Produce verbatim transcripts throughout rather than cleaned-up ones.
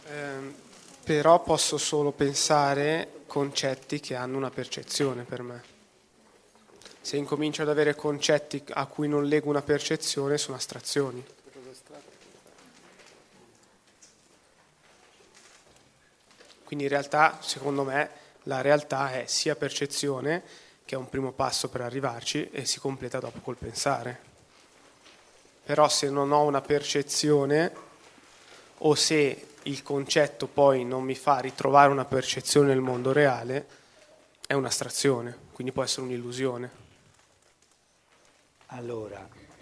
Ehm, però posso solo pensare concetti che hanno una percezione per me. Se incomincio ad avere concetti a cui non leggo una percezione, sono astrazioni. Quindi in realtà, secondo me, la realtà è sia percezione, che è un primo passo per arrivarci, e si completa dopo col pensare. Però se non ho una percezione, o se il concetto poi non mi fa ritrovare una percezione nel mondo reale, è un'astrazione, quindi può essere un'illusione. Allora,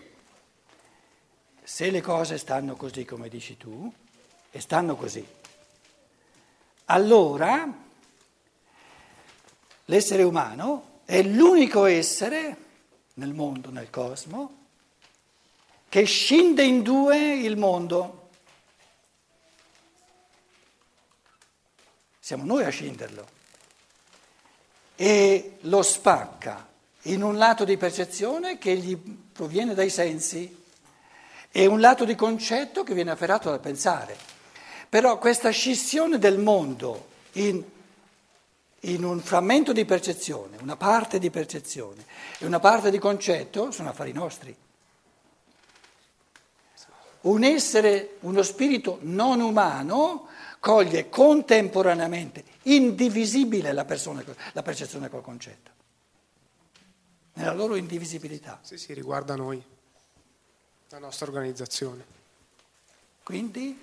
se le cose stanno così come dici tu, e stanno così, allora l'essere umano è l'unico essere nel mondo, nel cosmo, che scinde in due il mondo. Siamo noi a scinderlo. E lo spacca in un lato di percezione che gli proviene dai sensi e un lato di concetto che viene afferrato dal pensare. Però questa scissione del mondo in, in un frammento di percezione, una parte di percezione e una parte di concetto sono affari nostri. Un essere, uno spirito non umano coglie contemporaneamente, indivisibile la, persona, la percezione col concetto, nella loro indivisibilità. Sì, sì, riguarda noi, la nostra organizzazione. Quindi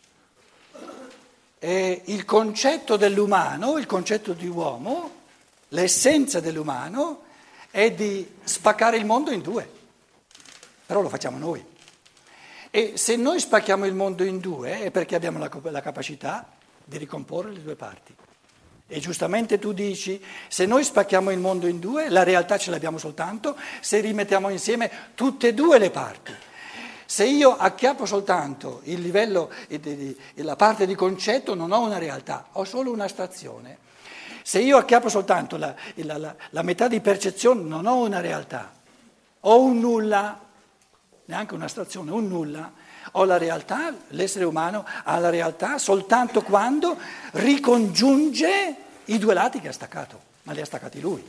eh, il concetto dell'umano, il concetto di uomo, l'essenza dell'umano è di spaccare il mondo in due, però lo facciamo noi. E se noi spacchiamo il mondo in due è perché abbiamo la, la capacità di ricomporre le due parti. E giustamente tu dici, se noi spacchiamo il mondo in due, la realtà ce l'abbiamo soltanto se rimettiamo insieme tutte e due le parti. Se io acchiappo soltanto il livello, la parte di concetto, non ho una realtà, ho solo un'astrazione. Se io acchiappo soltanto la, la, la, la metà di percezione, non ho una realtà, ho un nulla. Neanche un'astrazione, un nulla. Ho la realtà, l'essere umano ha la realtà soltanto quando ricongiunge i due lati che ha staccato, ma li ha staccati lui.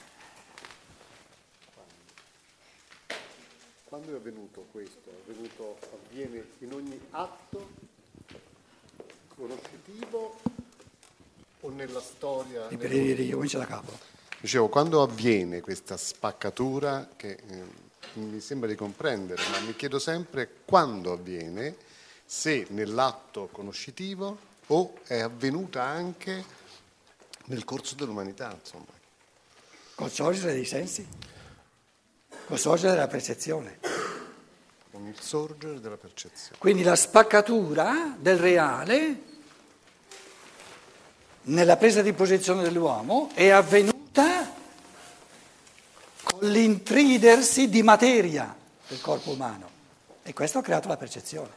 Quando è avvenuto questo? È avvenuto, avviene in ogni atto conoscitivo o nella storia? E per ricomincia da capo. Dicevo, quando avviene questa spaccatura che... Eh, mi sembra di comprendere, ma mi chiedo sempre quando avviene, se nell'atto conoscitivo o è avvenuta anche nel corso dell'umanità, insomma. Col sorgere dei sensi, col sorgere della percezione. Con il sorgere della percezione. Quindi la spaccatura del reale nella presa di posizione dell'uomo è avvenuta con l'intridersi di materia del corpo umano, e questo ha creato la percezione.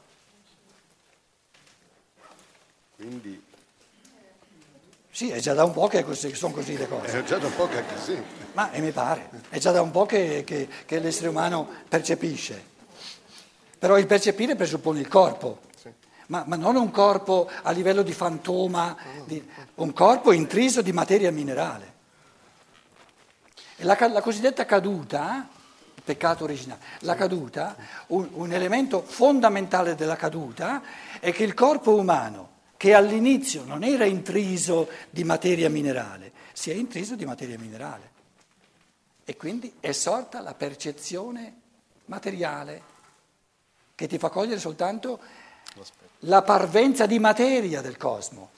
Quindi... Sì, è già da un po' che, così, che sono così le cose. È già da un po' che è così. Ma e mi pare, è già da un po' che, che, che l'essere umano percepisce. Però il percepire presuppone il corpo, sì. ma, ma non un corpo a livello di fantoma, di, un corpo intriso di materia minerale. La, la cosiddetta caduta, il peccato originale, la caduta, un, un elemento fondamentale della caduta è che il corpo umano, che all'inizio non era intriso di materia minerale, si è intriso di materia minerale. E quindi è sorta la percezione materiale, che ti fa cogliere soltanto la parvenza di materia del cosmo.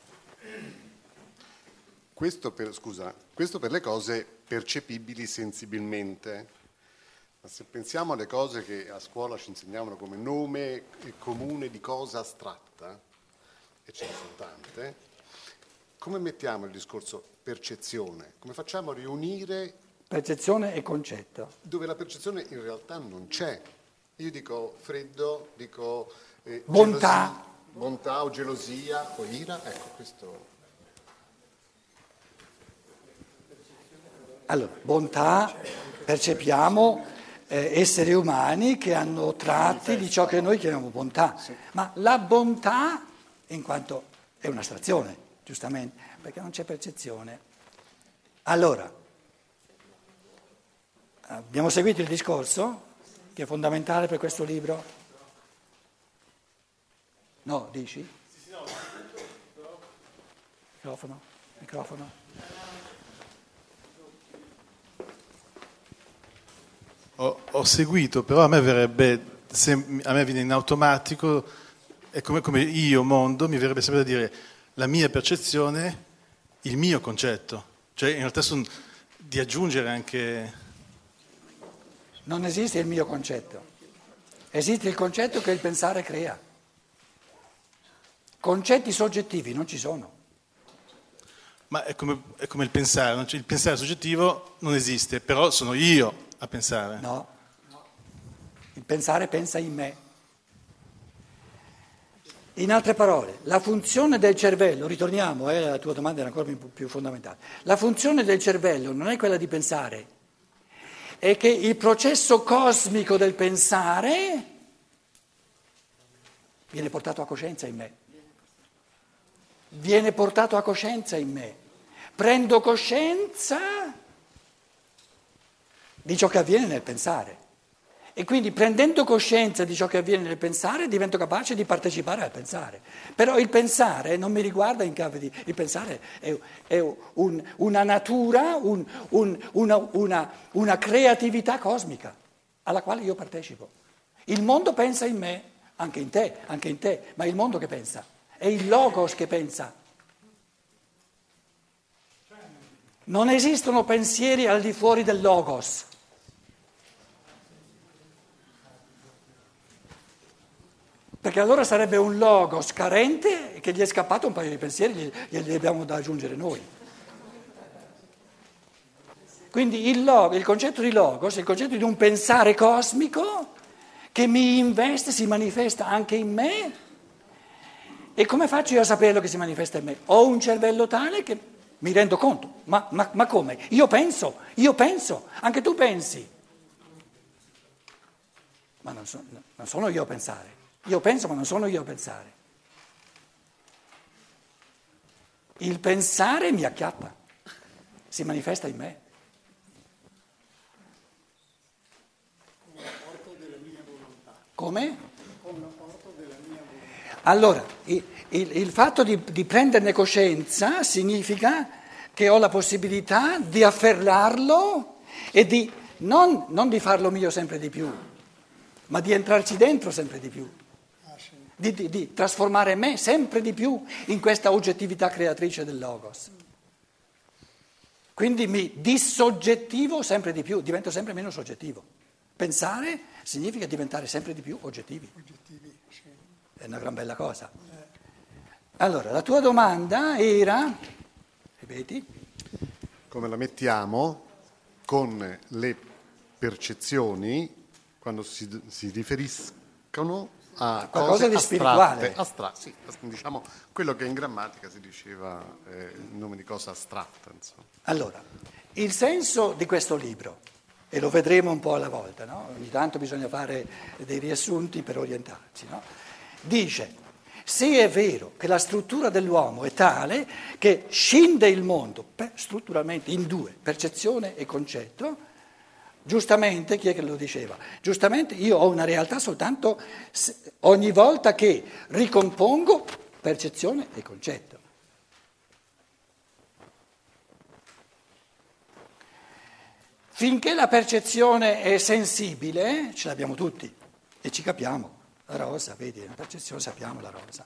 Questo per, scusa, questo per le cose percepibili sensibilmente, ma se pensiamo alle cose che a scuola ci insegnavano come nome comune di cosa astratta, e ce ne sono tante, come mettiamo il discorso percezione? Come facciamo a riunire... Percezione e concetto. Dove la percezione in realtà non c'è. Io dico freddo, dico... Eh, bontà. Gelosia, bontà o gelosia o ira, ecco questo... Allora, bontà, percepiamo eh, esseri umani che hanno tratti di ciò che noi chiamiamo bontà, ma la bontà, in quanto È un'astrazione, giustamente, perché non c'è percezione. Allora, abbiamo seguito il discorso, che è fondamentale per questo libro? No, dici? Microfono, microfono. Ho, ho seguito, però a me verrebbe, se, a me viene in automatico, è come, come io, mondo, mi verrebbe sempre da dire la mia percezione, il mio concetto. Cioè in realtà sono di aggiungere anche... Non esiste il mio concetto, esiste il concetto che il pensare crea. Concetti soggettivi non ci sono. Ma è come, è come il pensare, no? Cioè, il pensare soggettivo non esiste, però sono io a pensare. No, il pensare pensa in me. In altre parole, la funzione del cervello, ritorniamo, eh, la tua domanda era ancora più, più fondamentale, la funzione del cervello non è quella di pensare, è che il processo cosmico del pensare viene portato a coscienza in me. Viene portato a coscienza in me. Prendo coscienza di ciò che avviene nel pensare. E quindi prendendo coscienza di ciò che avviene nel pensare divento capace di partecipare al pensare. Però il pensare non mi riguarda in chiave di... Il pensare è, è un, una natura, un, un, una, una, una creatività cosmica alla quale io partecipo. Il mondo pensa in me, anche in te, anche in te, ma è il mondo che pensa, è il logos che pensa. Non esistono pensieri al di fuori del logos. Perché allora sarebbe un logos carente che gli è scappato un paio di pensieri, glieli abbiamo da aggiungere noi. Quindi il, log, il concetto di logos è il concetto di un pensare cosmico che mi investe, si manifesta anche in me. E come faccio io a saperlo che si manifesta in me? Ho un cervello tale che mi rendo conto. Ma, ma, ma come? Io penso, io penso, anche tu pensi. Ma non, so, non sono io a pensare. Io penso, ma non sono io a pensare. Il pensare mi acchiappa, si manifesta in me. Come? Allora, il, il, il fatto di, di prenderne coscienza significa che ho la possibilità di afferrarlo e di non, non di farlo mio sempre di più, ma di entrarci dentro sempre di più. Di, di, di trasformare me sempre di più in questa oggettività creatrice del logos. Quindi mi dissoggettivo sempre di più, divento sempre meno soggettivo. Pensare significa diventare sempre di più oggettivi. Oggettivi, sì. È una gran bella cosa. Allora, la tua domanda era, ripeti? Come la mettiamo con le percezioni quando si, si riferiscono a qualcosa cose di astratte, spirituale. Astra, sì, diciamo quello che in grammatica si diceva eh, il nome di cosa astratta. Insomma. Allora, il senso di questo libro, e lo vedremo un po' alla volta, no? Ogni tanto bisogna fare dei riassunti per orientarsi, no? Dice, se è vero che la struttura dell'uomo è tale che scinde il mondo per, strutturalmente in due, percezione e concetto, giustamente, chi è che lo diceva? Giustamente io ho una realtà soltanto ogni volta che ricompongo percezione e concetto. Finché la percezione è sensibile, ce l'abbiamo tutti e ci capiamo. La rosa, vedi, la percezione sappiamo la rosa.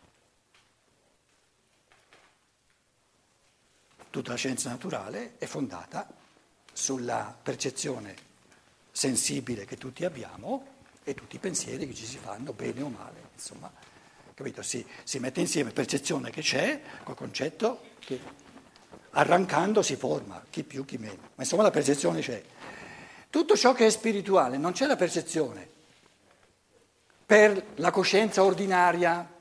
Tutta la scienza naturale è fondata sulla percezione sensibile che tutti abbiamo e tutti i pensieri che ci si fanno, bene o male, insomma, capito? Si, si mette insieme percezione che c'è col concetto che arrancando si forma, chi più chi meno, ma insomma la percezione c'è. Tutto ciò che è spirituale non c'è la percezione per la coscienza ordinaria.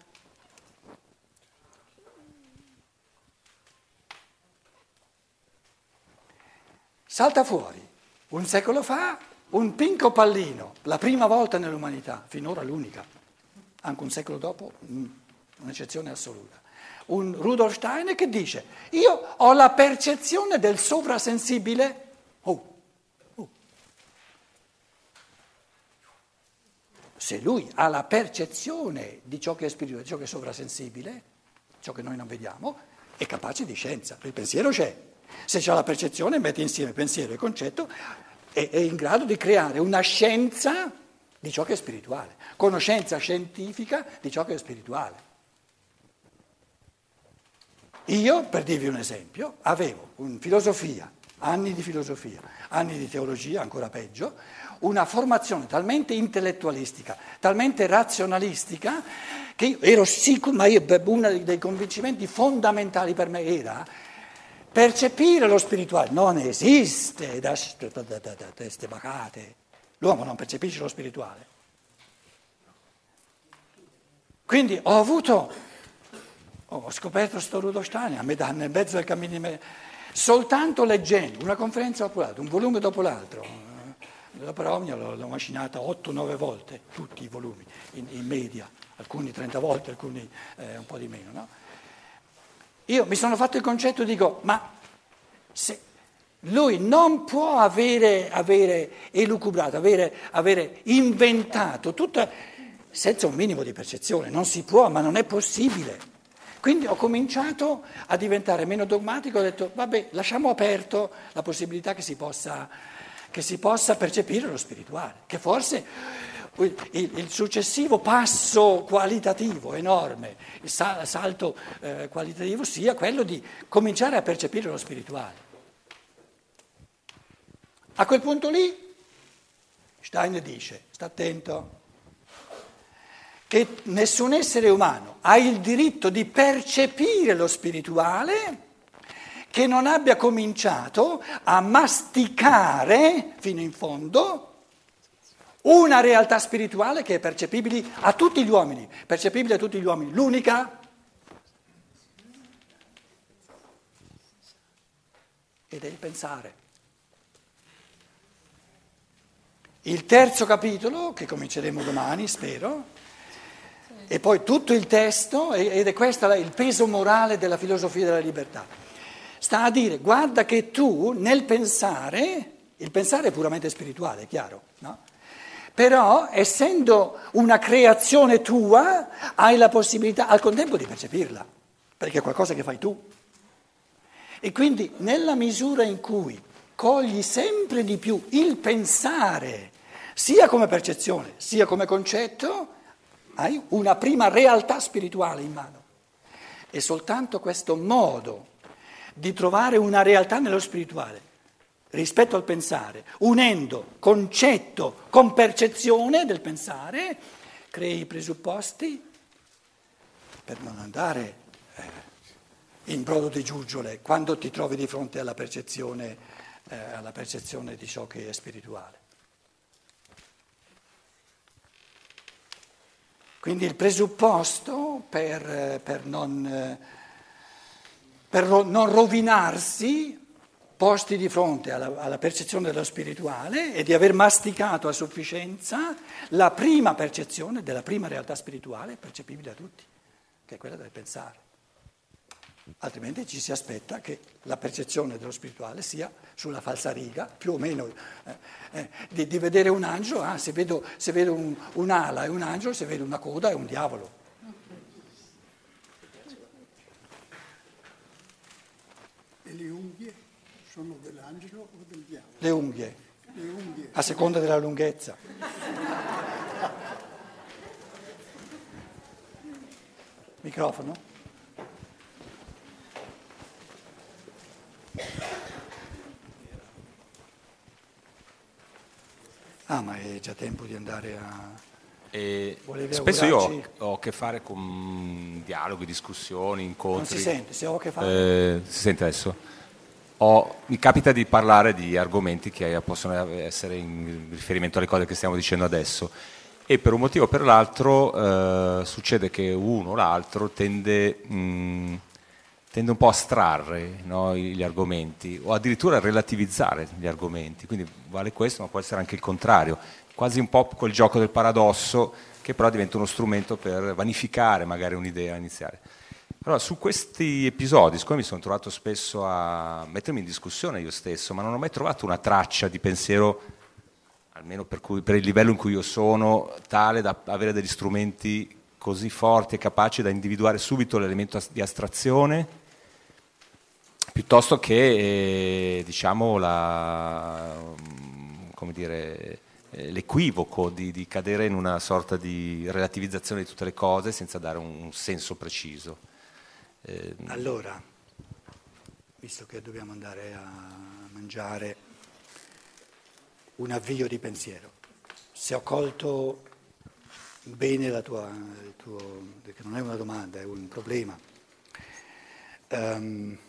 Salta fuori, un secolo fa, un pinco pallino, la prima volta nell'umanità, finora l'unica, anche un secolo dopo, un'eccezione assoluta. Un Rudolf Steiner che dice, io ho la percezione del sovrasensibile. Oh, oh. Se lui ha la percezione di ciò che è spirituale, di ciò che è sovrasensibile, ciò che noi non vediamo, è capace di scienza. Il pensiero c'è. Se c'ha la percezione, mette insieme pensiero e concetto, è, è in grado di creare una scienza di ciò che è spirituale, conoscenza scientifica di ciò che è spirituale. Io, per dirvi un esempio, avevo in filosofia, anni di filosofia, anni di teologia, ancora peggio, una formazione talmente intellettualistica, talmente razionalistica, che io ero sicuro, ma io, uno dei convincimenti fondamentali per me era percepire lo spirituale. Non esiste da queste bacate. L'uomo non percepisce lo spirituale. Quindi ho avuto... Ho scoperto sto Rudolf Steiner a metà, nel mezzo del cammino di me, soltanto leggendo una conferenza dopo l'altra, un volume dopo l'altro. L'opera Omnia l'ho, l'ho macinata otto nove volte, tutti i volumi, in, in media, alcuni trenta volte, alcuni eh, un po' di meno. No? Io mi sono fatto il concetto e dico, ma se lui non può avere, avere elucubrato, avere, avere inventato, tutta, senza un minimo di percezione, non si può, ma non è possibile. Quindi ho cominciato a diventare meno dogmatico, ho detto vabbè, lasciamo aperto la possibilità che si possa, che si possa percepire lo spirituale, che forse il, il successivo passo qualitativo enorme, il salto eh, qualitativo sia quello di cominciare a percepire lo spirituale. A quel punto lì Steiner dice, sta attento, che nessun essere umano ha il diritto di percepire lo spirituale che non abbia cominciato a masticare fino in fondo una realtà spirituale che è percepibile a tutti gli uomini, percepibile a tutti gli uomini, l'unica ed è il pensare. Il terzo capitolo, che cominceremo domani, spero, e poi tutto il testo, ed è questo il peso morale della filosofia della libertà, sta a dire guarda che tu nel pensare, il pensare è puramente spirituale, è chiaro, no? Però essendo una creazione tua hai la possibilità al contempo di percepirla, perché è qualcosa che fai tu. E quindi nella misura in cui cogli sempre di più il pensare, sia come percezione, sia come concetto, hai una prima realtà spirituale in mano. E soltanto questo modo di trovare una realtà nello spirituale rispetto al pensare, unendo concetto con percezione del pensare, crei i presupposti per non andare eh, in brodo di giuggiole quando ti trovi di fronte alla percezione, eh, alla percezione di ciò che è spirituale. Quindi il presupposto per, per, non, per non rovinarsi, posti di fronte alla, alla percezione dello spirituale e di aver masticato a sufficienza la prima percezione della prima realtà spirituale percepibile a tutti, che è quella del pensare. Altrimenti ci si aspetta che la percezione dello spirituale sia sulla falsariga, più o meno, eh, eh, di, di vedere un angelo, ah, se vedo, se vedo un, un'ala è un angelo, se vedo una coda è un diavolo. E le unghie sono dell'angelo o del diavolo? Le unghie, Le unghie. a seconda della lunghezza. Microfono? Ah, ma è già tempo di andare a... E Volevi spesso io ho, augurarci? ho a che fare con dialoghi, discussioni, incontri. Non si sente, se ho a che fare. Eh, si sente adesso? Ho, mi capita di parlare di argomenti che possono essere in riferimento alle cose che stiamo dicendo adesso e per un motivo o per l'altro eh, succede che uno o l'altro tende... Mh, tende un po' a astrarre, no, gli argomenti o addirittura a relativizzare gli argomenti, quindi vale questo ma può essere anche il contrario, quasi un po' quel gioco del paradosso che però diventa uno strumento per vanificare magari un'idea iniziale. Allora, su questi episodi, siccome mi sono trovato spesso a mettermi in discussione io stesso, ma non ho mai trovato una traccia di pensiero, almeno per, cui, per il livello in cui io sono, tale da avere degli strumenti così forti e capaci da individuare subito l'elemento di astrazione, piuttosto che, eh, diciamo, la, come dire, eh, l'equivoco di, di cadere in una sorta di relativizzazione di tutte le cose senza dare un, un senso preciso. Eh, allora, visto che dobbiamo andare a mangiare, un avvio di pensiero. Se ho colto bene la tua, il tuo, perché non è una domanda, è un problema. Um,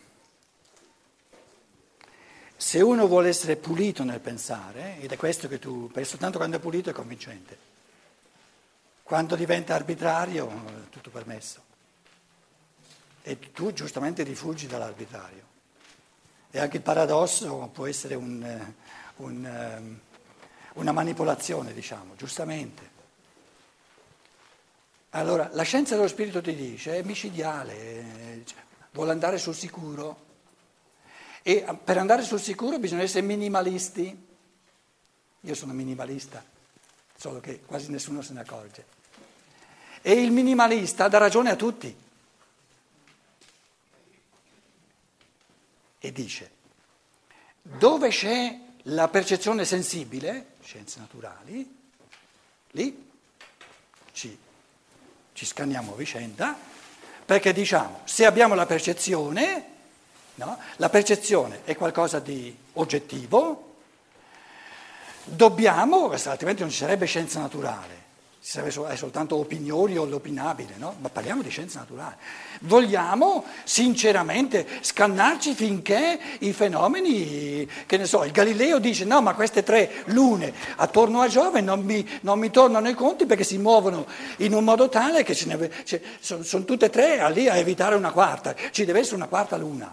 se uno vuole essere pulito nel pensare, ed è questo che tu, perché soltanto quando è pulito è convincente, quando diventa arbitrario è tutto permesso. E tu giustamente rifugi dall'arbitrario. E anche il paradosso può essere un, un, una manipolazione, diciamo, giustamente. Allora, la scienza dello spirito ti dice è micidiale, cioè, vuole andare sul sicuro. E per andare sul sicuro bisogna essere minimalisti. Io sono minimalista, solo che quasi nessuno se ne accorge. E il minimalista dà ragione a tutti. E dice, dove c'è la percezione sensibile, scienze naturali, lì ci, ci scanniamo a vicenda, perché diciamo, se abbiamo la percezione, no, la percezione è qualcosa di oggettivo, dobbiamo, altrimenti non ci sarebbe scienza naturale. Ci sarebbe soltanto opinioni o l'opinabile, no? Ma parliamo di scienza naturale. Vogliamo sinceramente scannarci finché i fenomeni, che ne so, il Galileo dice no, ma queste tre lune attorno a Giove non mi, non mi tornano i conti perché si muovono in un modo tale che ce ne, ce, sono, sono tutte e tre a lì a evitare una quarta, ci deve essere una quarta luna.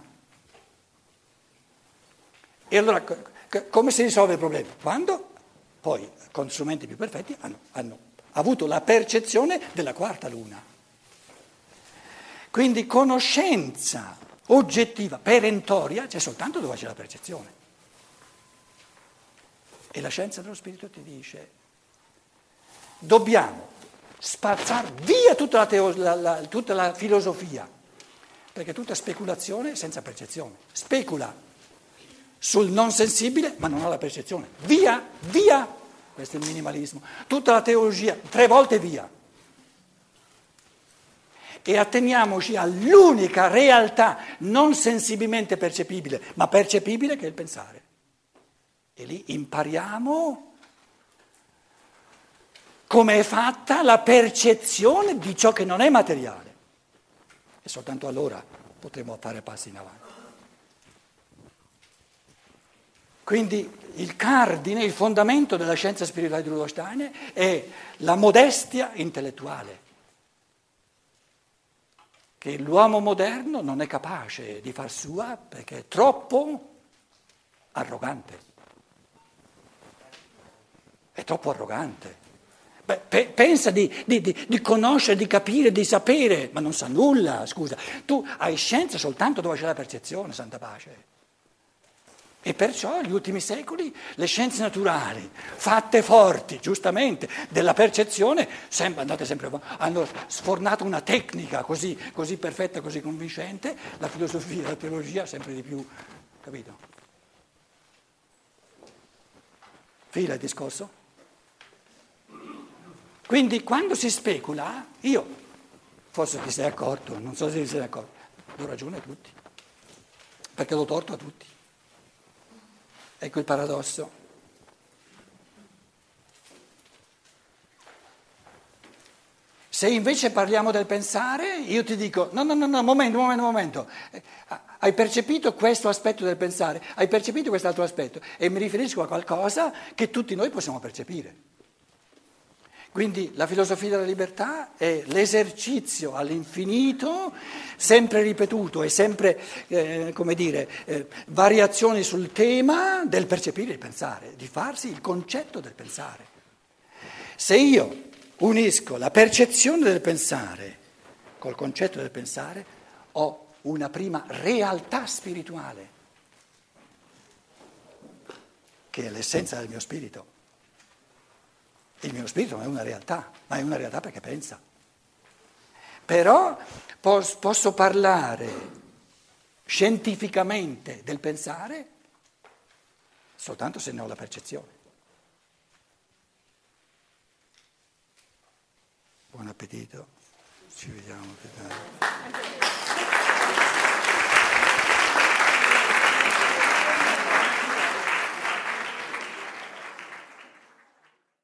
E allora come si risolve il problema? Quando poi con strumenti più perfetti hanno, hanno avuto la percezione della quarta luna. Quindi conoscenza oggettiva, perentoria, c'è soltanto dove c'è la percezione. E la scienza dello spirito ti dice, dobbiamo spazzare via tutta la, teo- la, la, tutta la filosofia, perché è tutta speculazione senza percezione. Specula sul non sensibile, ma non ha la percezione. Via, via! Questo è il minimalismo. Tutta la teologia, tre volte via. E atteniamoci all'unica realtà non sensibilmente percepibile, ma percepibile che è il pensare. E lì impariamo come è fatta la percezione di ciò che non è materiale. E soltanto allora potremo fare passi in avanti. Quindi il cardine, il fondamento della scienza spirituale di Rudolf Steiner è la modestia intellettuale, che l'uomo moderno non è capace di far sua perché è troppo arrogante. È troppo arrogante. Beh, pe- pensa di, di, di, di conoscere, di capire, di sapere, ma non sa nulla, scusa. Tu hai scienza soltanto dove c'è la percezione, santa pace. E perciò negli ultimi secoli le scienze naturali, fatte forti, giustamente, della percezione, sempre, andate sempre avanti, hanno sfornato una tecnica così, così perfetta, così convincente, la filosofia, la teologia sempre di più, capito? Fila il discorso? Quindi quando si specula, io, forse ti sei accorto, non so se ti sei accorto, do ragione a tutti, perché do torto a tutti. Ecco il paradosso. Se invece parliamo del pensare, io ti dico, no, no, no, no, momento, momento, momento, eh, hai percepito questo aspetto del pensare, hai percepito quest'altro aspetto, e mi riferisco a qualcosa che tutti noi possiamo percepire. Quindi la filosofia della libertà è l'esercizio all'infinito, sempre ripetuto e sempre, eh, come dire, eh, variazioni sul tema del percepire il pensare, di farsi il concetto del pensare. Se io unisco la percezione del pensare col concetto del pensare, ho una prima realtà spirituale, che è l'essenza del mio spirito. Il mio spirito non è una realtà, ma è una realtà perché pensa. Però pos- posso parlare scientificamente del pensare soltanto se ne ho la percezione. Buon appetito, ci vediamo più tardi.